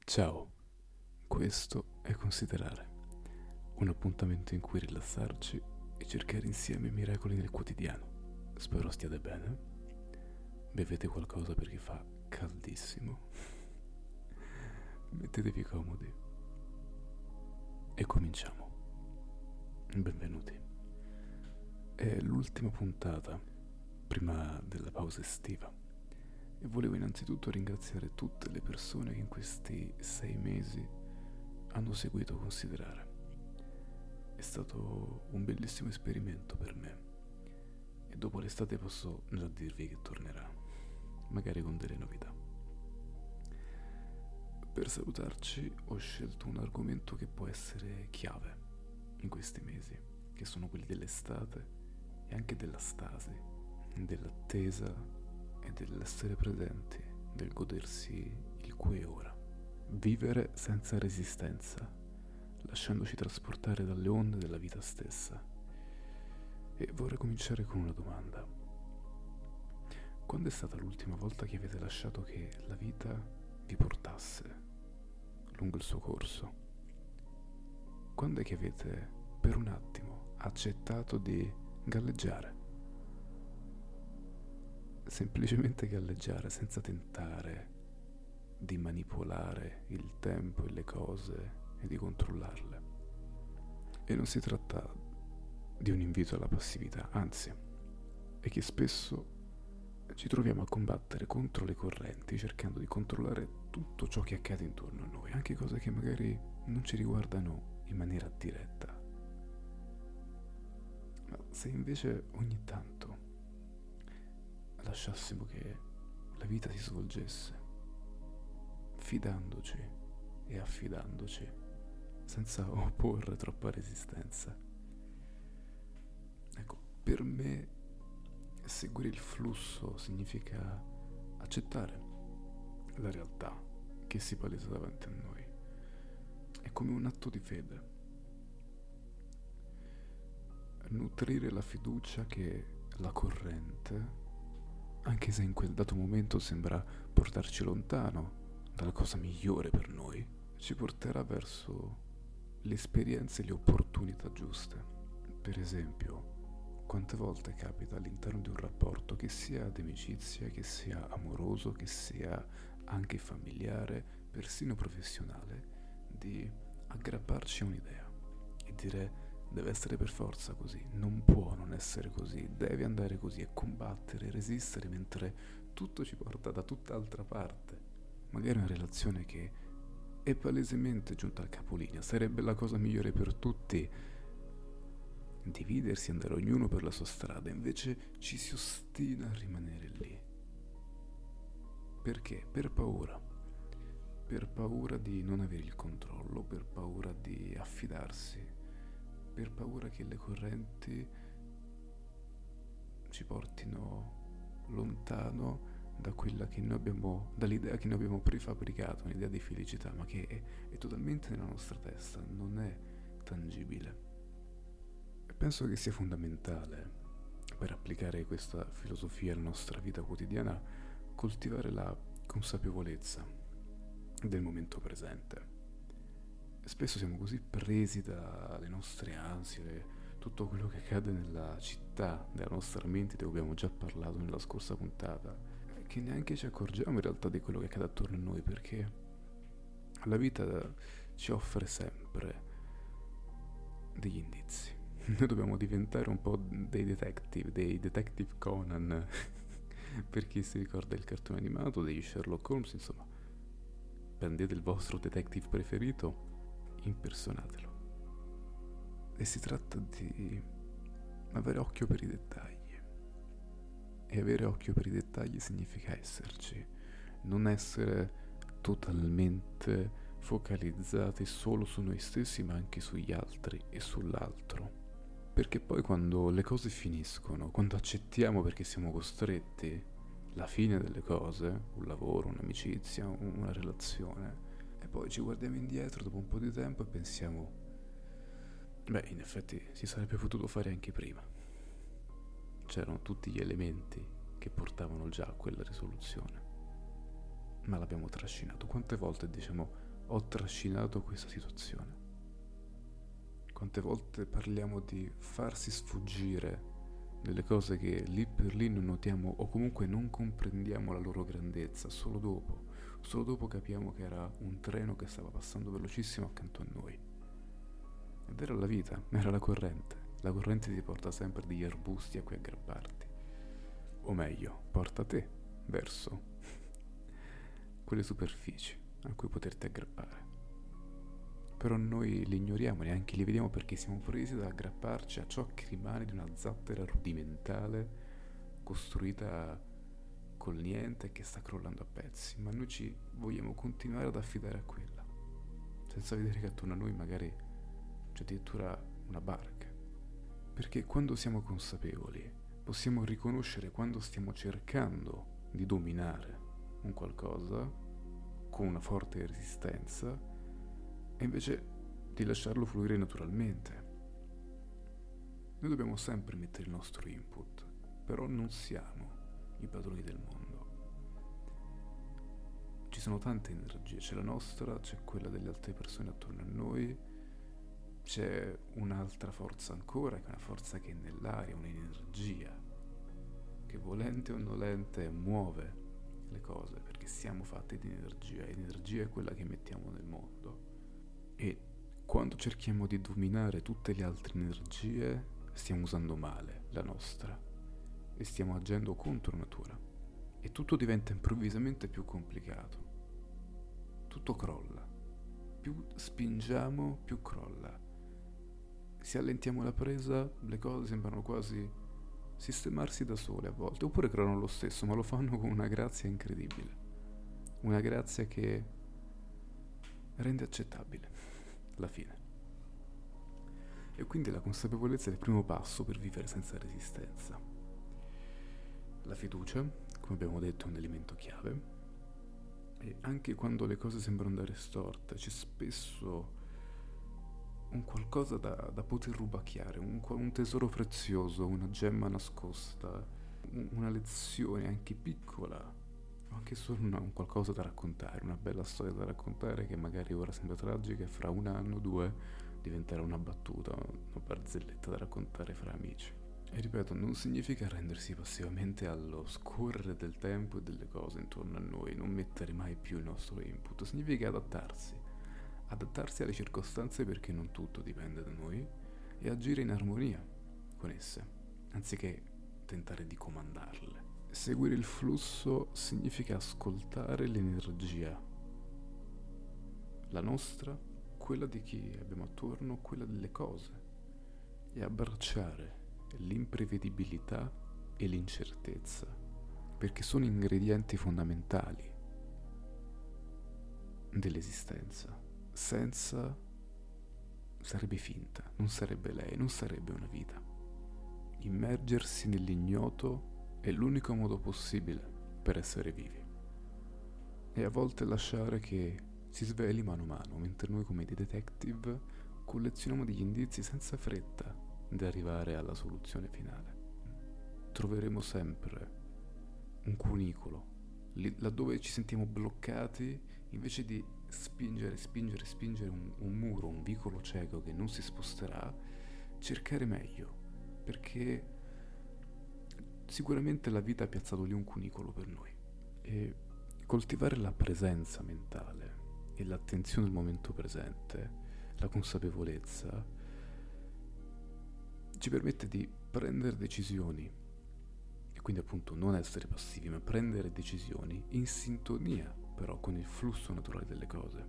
Ciao, questo è Considerare, un appuntamento in cui rilassarci e cercare insieme i miracoli nel quotidiano. Spero stiate bene. Bevete qualcosa perché fa caldissimo. Mettetevi comodi e cominciamo. Benvenuti. È l'ultima puntata prima della pausa estiva e volevo innanzitutto ringraziare tutte le persone che in questi 6 mesi hanno seguito Considerare. È stato un bellissimo esperimento per me e dopo l'estate posso già dirvi che tornerà, magari con delle novità. Per salutarci ho scelto un argomento che può essere chiave in questi mesi, che sono quelli dell'estate e anche della stasi, dell'attesa e dell'essere presenti, del godersi il qui e ora. Vivere senza resistenza, lasciandoci trasportare dalle onde della vita stessa. E vorrei cominciare con una domanda. Quando è stata l'ultima volta che avete lasciato che la vita vi portasse lungo il suo corso? Quando è che avete, per un attimo, accettato di galleggiare? Semplicemente galleggiare senza tentare di manipolare il tempo e le cose e di controllarle. E non si tratta di un invito alla passività, anzi, è che spesso ci troviamo a combattere contro le correnti cercando di controllare tutto ciò che accade intorno a noi, anche cose che magari non ci riguardano in maniera diretta. Ma se invece ogni tanto lasciassimo che la vita si svolgesse, fidandoci e affidandoci, senza opporre troppa resistenza. Ecco, per me seguire il flusso significa accettare la realtà che si palesa davanti a noi. È come un atto di fede. Nutrire la fiducia che la corrente, anche se in quel dato momento sembra portarci lontano dalla cosa migliore per noi, ci porterà verso le esperienze e le opportunità giuste. Per esempio, quante volte capita all'interno di un rapporto, che sia di amicizia, che sia amoroso, che sia anche familiare, persino professionale, di aggrapparci a un'idea e dire deve essere per forza così, non può non essere così, deve andare così, e combattere, resistere mentre tutto ci porta da tutt'altra parte. Magari una relazione che è palesemente giunta al capolinea, sarebbe la cosa migliore per tutti, dividersi e andare ognuno per la sua strada, invece ci si ostina a rimanere lì. Perché? Per paura di non avere il controllo, per paura di affidarsi, per paura che le correnti ci portino lontano da quella che noi abbiamo, dall'idea che noi abbiamo prefabbricato, un'idea di felicità, ma che è totalmente nella nostra testa, non è tangibile. E penso che sia fondamentale, per applicare questa filosofia alla nostra vita quotidiana, coltivare la consapevolezza del momento presente. Spesso siamo così presi dalle nostre ansie, tutto quello che accade nella città, nella nostra mente, di cui abbiamo già parlato nella scorsa puntata, che neanche ci accorgiamo in realtà di quello che accade attorno a noi, perché la vita ci offre sempre degli indizi. Noi dobbiamo diventare un po' dei detective Conan, per chi si ricorda il cartone animato, degli Sherlock Holmes, insomma. Prendete il vostro detective preferito, impersonatelo. E si tratta di avere occhio per i dettagli. E avere occhio per i dettagli significa esserci, non essere totalmente focalizzati solo su noi stessi, ma anche sugli altri e sull'altro. Perché poi quando le cose finiscono, quando accettiamo perché siamo costretti la fine delle cose, un lavoro, un'amicizia, una relazione, e poi ci guardiamo indietro dopo un po' di tempo e pensiamo, beh, in effetti si sarebbe potuto fare anche prima. C'erano tutti gli elementi che portavano già a quella risoluzione, ma l'abbiamo trascinato. Quante volte diciamo ho trascinato questa situazione. Quante volte parliamo di farsi sfuggire delle cose che lì per lì non notiamo o comunque non comprendiamo la loro grandezza, solo dopo capiamo che era un treno che stava passando velocissimo accanto a noi. Ed era la vita, era la corrente. La corrente ti porta sempre degli arbusti a cui aggrapparti. O meglio, porta te verso quelle superfici a cui poterti aggrappare. Però noi li ignoriamo, neanche li vediamo perché siamo presi ad aggrapparci a ciò che rimane di una zattera rudimentale costruita col niente e che sta crollando a pezzi, ma noi ci vogliamo continuare ad affidare a quella, senza vedere che attorno a noi magari c'è addirittura una barca. Perché quando siamo consapevoli possiamo riconoscere quando stiamo cercando di dominare un qualcosa con una forte resistenza e invece di lasciarlo fluire naturalmente. Noi dobbiamo sempre mettere il nostro input, però non siamo i padroni del mondo. Ci sono tante energie, c'è la nostra, c'è quella delle altre persone attorno a noi, c'è un'altra forza ancora, che è una forza che è nell'aria, un'energia che volente o nolente muove le cose, perché siamo fatti di energia, e l'energia è quella che mettiamo nel mondo. E quando cerchiamo di dominare tutte le altre energie, stiamo usando male la nostra e stiamo agendo contro natura. E tutto diventa improvvisamente più complicato. Tutto crolla. Più spingiamo, più crolla. Se allentiamo la presa, le cose sembrano quasi sistemarsi da sole a volte, oppure crollano lo stesso, ma lo fanno con una grazia incredibile. Una grazia che rende accettabile la fine. E quindi la consapevolezza è il primo passo per vivere senza resistenza. La fiducia, come abbiamo detto, è un elemento chiave, e anche quando le cose sembrano andare storte c'è spesso un qualcosa da poter rubacchiare, un tesoro prezioso, una gemma nascosta, una lezione anche piccola, o anche solo un qualcosa da raccontare, una bella storia da raccontare che magari ora sembra tragica e fra un anno o due diventerà una battuta, una barzelletta da raccontare fra amici. E ripeto, non significa arrendersi passivamente allo scorrere del tempo e delle cose intorno a noi, non mettere mai più il nostro input, significa adattarsi alle circostanze perché non tutto dipende da noi e agire in armonia con esse, anziché tentare di comandarle. Seguire il flusso significa ascoltare l'energia, la nostra, quella di chi abbiamo attorno, quella delle cose, e abbracciare l'imprevedibilità e l'incertezza, perché sono ingredienti fondamentali dell'esistenza. Senza sarebbe finta, non sarebbe lei, non sarebbe una vita. Immergersi nell'ignoto è l'unico modo possibile per essere vivi. E a volte lasciare che si sveli mano a mano, mentre noi come dei detective collezioniamo degli indizi senza fretta di arrivare alla soluzione finale. Troveremo sempre un cunicolo, laddove ci sentiamo bloccati, invece di spingere un muro, un vicolo cieco che non si sposterà, cercare meglio, perché sicuramente la vita ha piazzato lì un cunicolo per noi. E coltivare la presenza mentale e l'attenzione al momento presente, la consapevolezza, ci permette di prendere decisioni, e quindi appunto non essere passivi, ma prendere decisioni in sintonia però con il flusso naturale delle cose.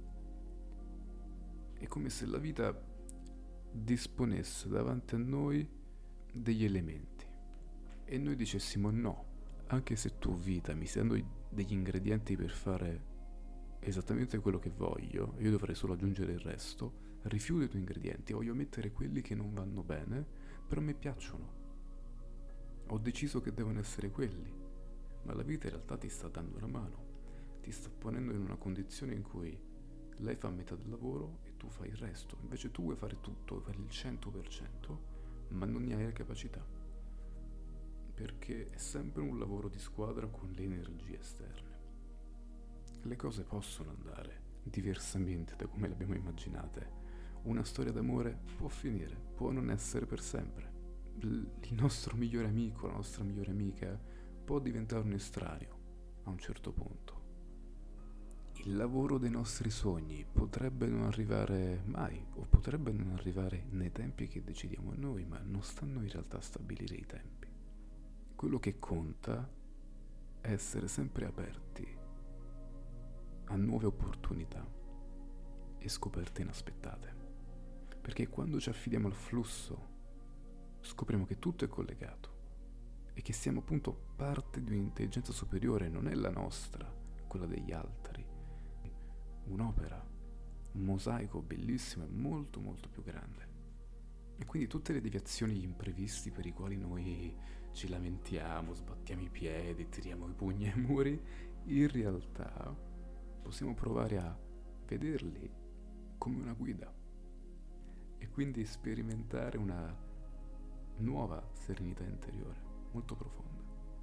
È come se la vita disponesse davanti a noi degli elementi e noi dicessimo no, anche se tu vita mi stai dando degli ingredienti per fare esattamente quello che voglio, io dovrei solo aggiungere il resto, rifiuto i tuoi ingredienti, voglio mettere quelli che non vanno bene, però mi piacciono. Ho deciso che devono essere quelli, ma la vita in realtà ti sta dando una mano, ti sta ponendo in una condizione in cui lei fa metà del lavoro e tu fai il resto, invece tu vuoi fare tutto, vuoi fare il 100%, ma non ne hai la capacità, perché è sempre un lavoro di squadra con le energie esterne. Le cose possono andare diversamente da come le abbiamo immaginate. Una storia d'amore può finire, può non essere per sempre. Il nostro migliore amico, la nostra migliore amica può diventare un estraneo a un certo punto. Il lavoro dei nostri sogni potrebbe non arrivare mai, o potrebbe non arrivare nei tempi che decidiamo noi, ma non sta a noi in realtà stabilire i tempi. Quello che conta è essere sempre aperti a nuove opportunità e scoperte inaspettate. Perché quando ci affidiamo al flusso, scopriamo che tutto è collegato e che siamo appunto parte di un'intelligenza superiore, non è la nostra, quella degli altri. Un'opera, un mosaico bellissimo e molto molto più grande. E quindi tutte le deviazioni, gli imprevisti per i quali noi ci lamentiamo, sbattiamo i piedi, tiriamo i pugni ai muri, in realtà possiamo provare a vederli come una guida e quindi sperimentare una nuova serenità interiore, molto profonda.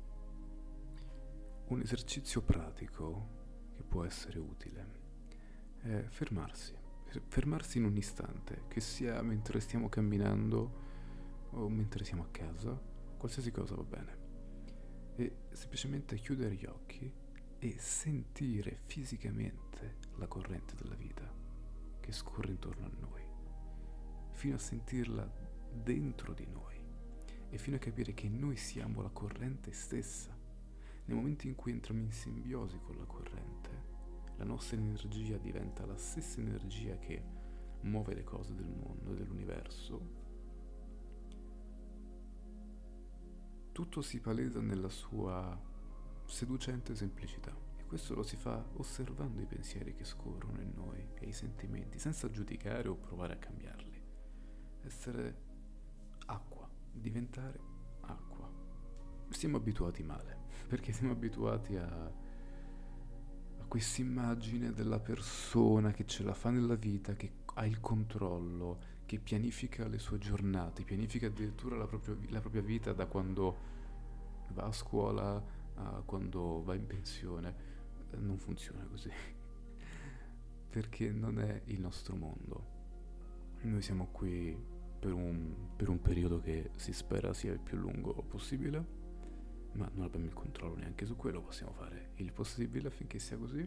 Un esercizio pratico che può essere utile è fermarsi in un istante, che sia mentre stiamo camminando o mentre siamo a casa, qualsiasi cosa va bene, e semplicemente chiudere gli occhi e sentire fisicamente la corrente della vita che scorre intorno a noi, fino a sentirla dentro di noi e fino a capire che noi siamo la corrente stessa. Nel momento in cui entriamo in simbiosi con la corrente, la nostra energia diventa la stessa energia che muove le cose del mondo e dell'universo. Tutto si palesa nella sua seducente semplicità e questo lo si fa osservando i pensieri che scorrono in noi e i sentimenti, senza giudicare o provare a cambiarli. Essere acqua, diventare acqua. Siamo abituati male, perché siamo abituati a quest'immagine della persona che ce la fa nella vita, che ha il controllo, che pianifica le sue giornate, pianifica addirittura la propria vita da quando va a scuola a quando va in pensione. Non funziona così, perché non è il nostro mondo. Noi siamo qui per un periodo che si spera sia il più lungo possibile, ma non abbiamo il controllo neanche su quello, possiamo fare il possibile affinché sia così,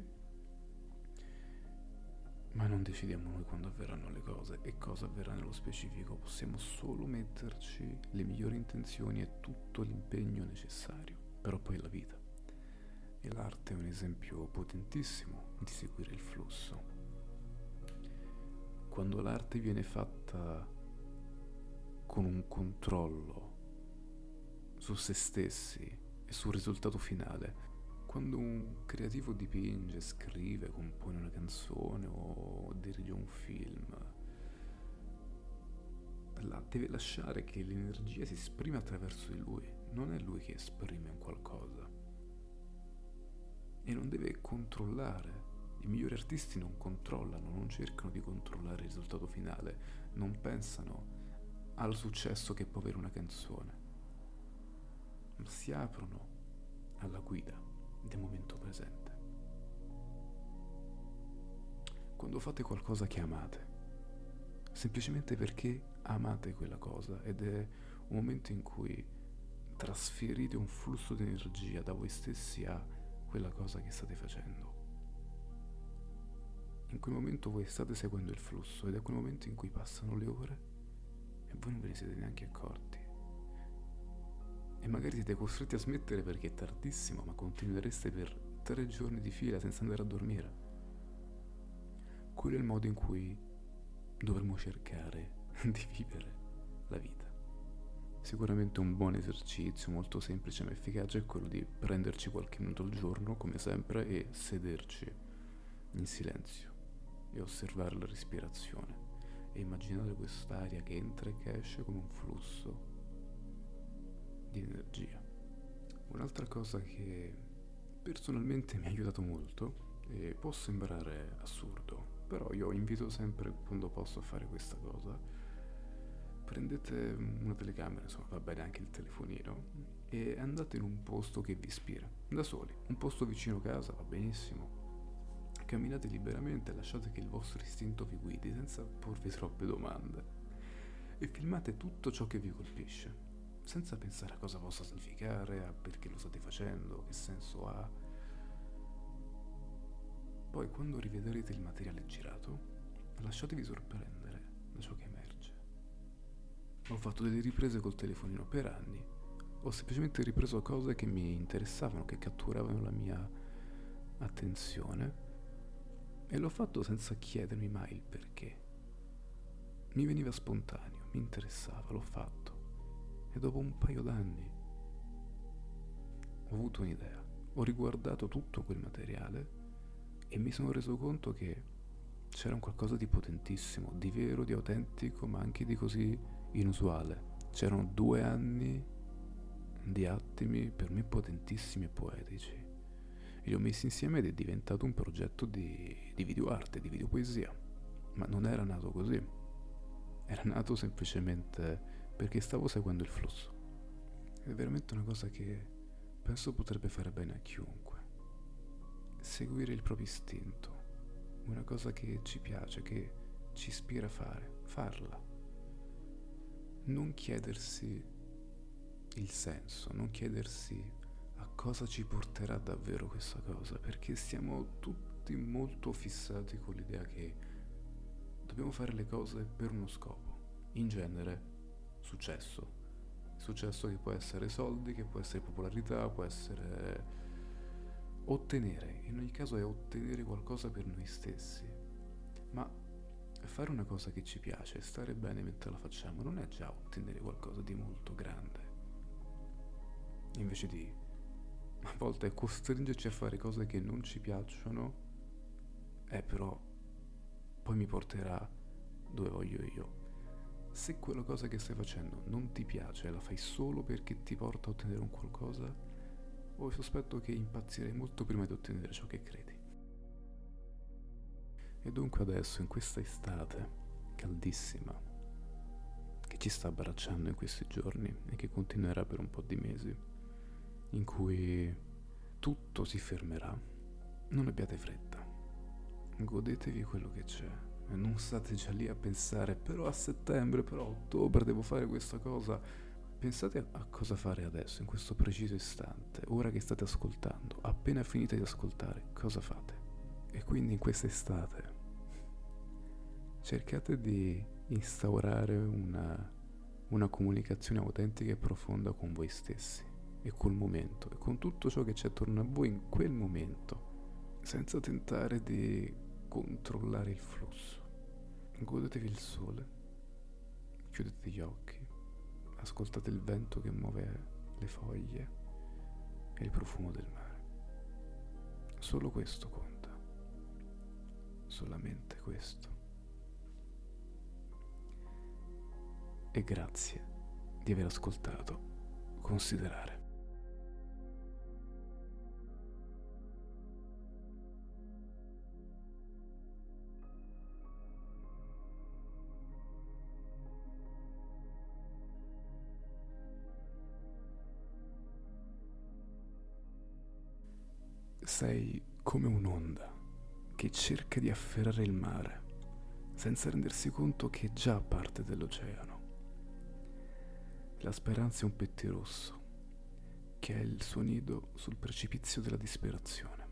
ma non decidiamo noi quando avverranno le cose e cosa avverrà nello specifico. Possiamo solo metterci le migliori intenzioni e tutto l'impegno necessario, però poi è la vita. E l'arte è un esempio potentissimo di seguire il flusso. Quando l'arte viene fatta con un controllo su se stessi e sul risultato finale, quando un creativo dipinge, scrive, compone una canzone o dirige un film, deve lasciare che l'energia si esprima attraverso di lui, non è lui che esprime un qualcosa. E non deve controllare. I migliori artisti non controllano, non cercano di controllare il risultato finale, non pensano al successo che può avere una canzone, ma si aprono alla guida del momento presente. Quando fate qualcosa che amate, semplicemente perché amate quella cosa, ed è un momento in cui trasferite un flusso di energia da voi stessi a quella cosa che state facendo. In quel momento voi state seguendo il flusso ed è quel momento in cui passano le ore e voi non ve ne siete neanche accorti. E magari siete costretti a smettere perché è tardissimo, ma continuereste per 3 giorni di fila senza andare a dormire. Quello è il modo in cui dovremmo cercare di vivere la vita. Sicuramente un buon esercizio, molto semplice ma efficace, è quello di prenderci qualche minuto al giorno, come sempre, e sederci in silenzio e osservare la respirazione e immaginare quest'aria che entra e che esce come un flusso di energia. Un'altra cosa che personalmente mi ha aiutato molto, e può sembrare assurdo, però io invito sempre quando posso a fare questa cosa: prendete una telecamera, insomma va bene anche il telefonino, e andate in un posto che vi ispira, da soli, un posto vicino casa va benissimo, Camminate liberamente e lasciate che il vostro istinto vi guidi senza porvi troppe domande. E filmate tutto ciò che vi colpisce, senza pensare a cosa possa significare, a perché lo state facendo, che senso ha. Poi quando rivedrete il materiale girato, lasciatevi sorprendere da ciò che emerge. Ho fatto delle riprese col telefonino per anni, ho semplicemente ripreso cose che mi interessavano, che catturavano la mia attenzione, e l'ho fatto senza chiedermi mai il perché. Mi veniva spontaneo, mi interessava, l'ho fatto. E dopo un paio d'anni ho avuto un'idea, ho riguardato tutto quel materiale e mi sono reso conto che c'era un qualcosa di potentissimo, di vero, di autentico, ma anche di così inusuale. C'erano 2 anni di attimi per me potentissimi e poetici. E li ho messi insieme ed è diventato un progetto di videoarte, di videopoesia. Ma non era nato così. Era nato semplicemente perché stavo seguendo il flusso. Ed è veramente una cosa che penso potrebbe fare bene a chiunque. Seguire il proprio istinto, una cosa che ci piace, che ci ispira a fare, farla. Non chiedersi il senso, non chiedersi a cosa ci porterà davvero questa cosa, perché siamo tutti molto fissati con l'idea che dobbiamo fare le cose per uno scopo. In genere, successo. Successo che può essere soldi, che può essere popolarità, può essere ottenere. In ogni caso è ottenere qualcosa per noi stessi. Ma fare una cosa che ci piace, stare bene mentre la facciamo, non è già ottenere qualcosa di molto grande. Invece di, a volte, costringerci a fare cose che non ci piacciono, però poi mi porterà dove voglio io. Se quella cosa che stai facendo non ti piace e la fai solo perché ti porta a ottenere un qualcosa, ho il sospetto che impazzirei molto prima di ottenere ciò che credi. E dunque adesso, in questa estate caldissima, che ci sta abbracciando in questi giorni e che continuerà per un po' di mesi, in cui tutto si fermerà, non abbiate fretta. Godetevi quello che c'è. E non state già lì a pensare, però a settembre, però a ottobre devo fare questa cosa. Pensate a cosa fare adesso, in questo preciso istante, ora che state ascoltando, appena finite di ascoltare, cosa fate? E quindi in questa estate cercate di instaurare una comunicazione autentica e profonda con voi stessi e col momento e con tutto ciò che c'è attorno a voi in quel momento, senza tentare di controllare il flusso. Godetevi il sole, chiudete gli occhi, ascoltate il vento che muove le foglie e il profumo del mare. Solo questo conta, solamente questo. E grazie di aver ascoltato Considerare. Sei come un'onda che cerca di afferrare il mare senza rendersi conto che è già parte dell'oceano. La speranza è un pettirosso che ha il suo nido sul precipizio della disperazione.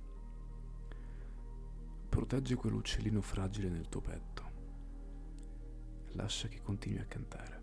Protegge quell'uccellino fragile nel tuo petto. Lascia che continui a cantare.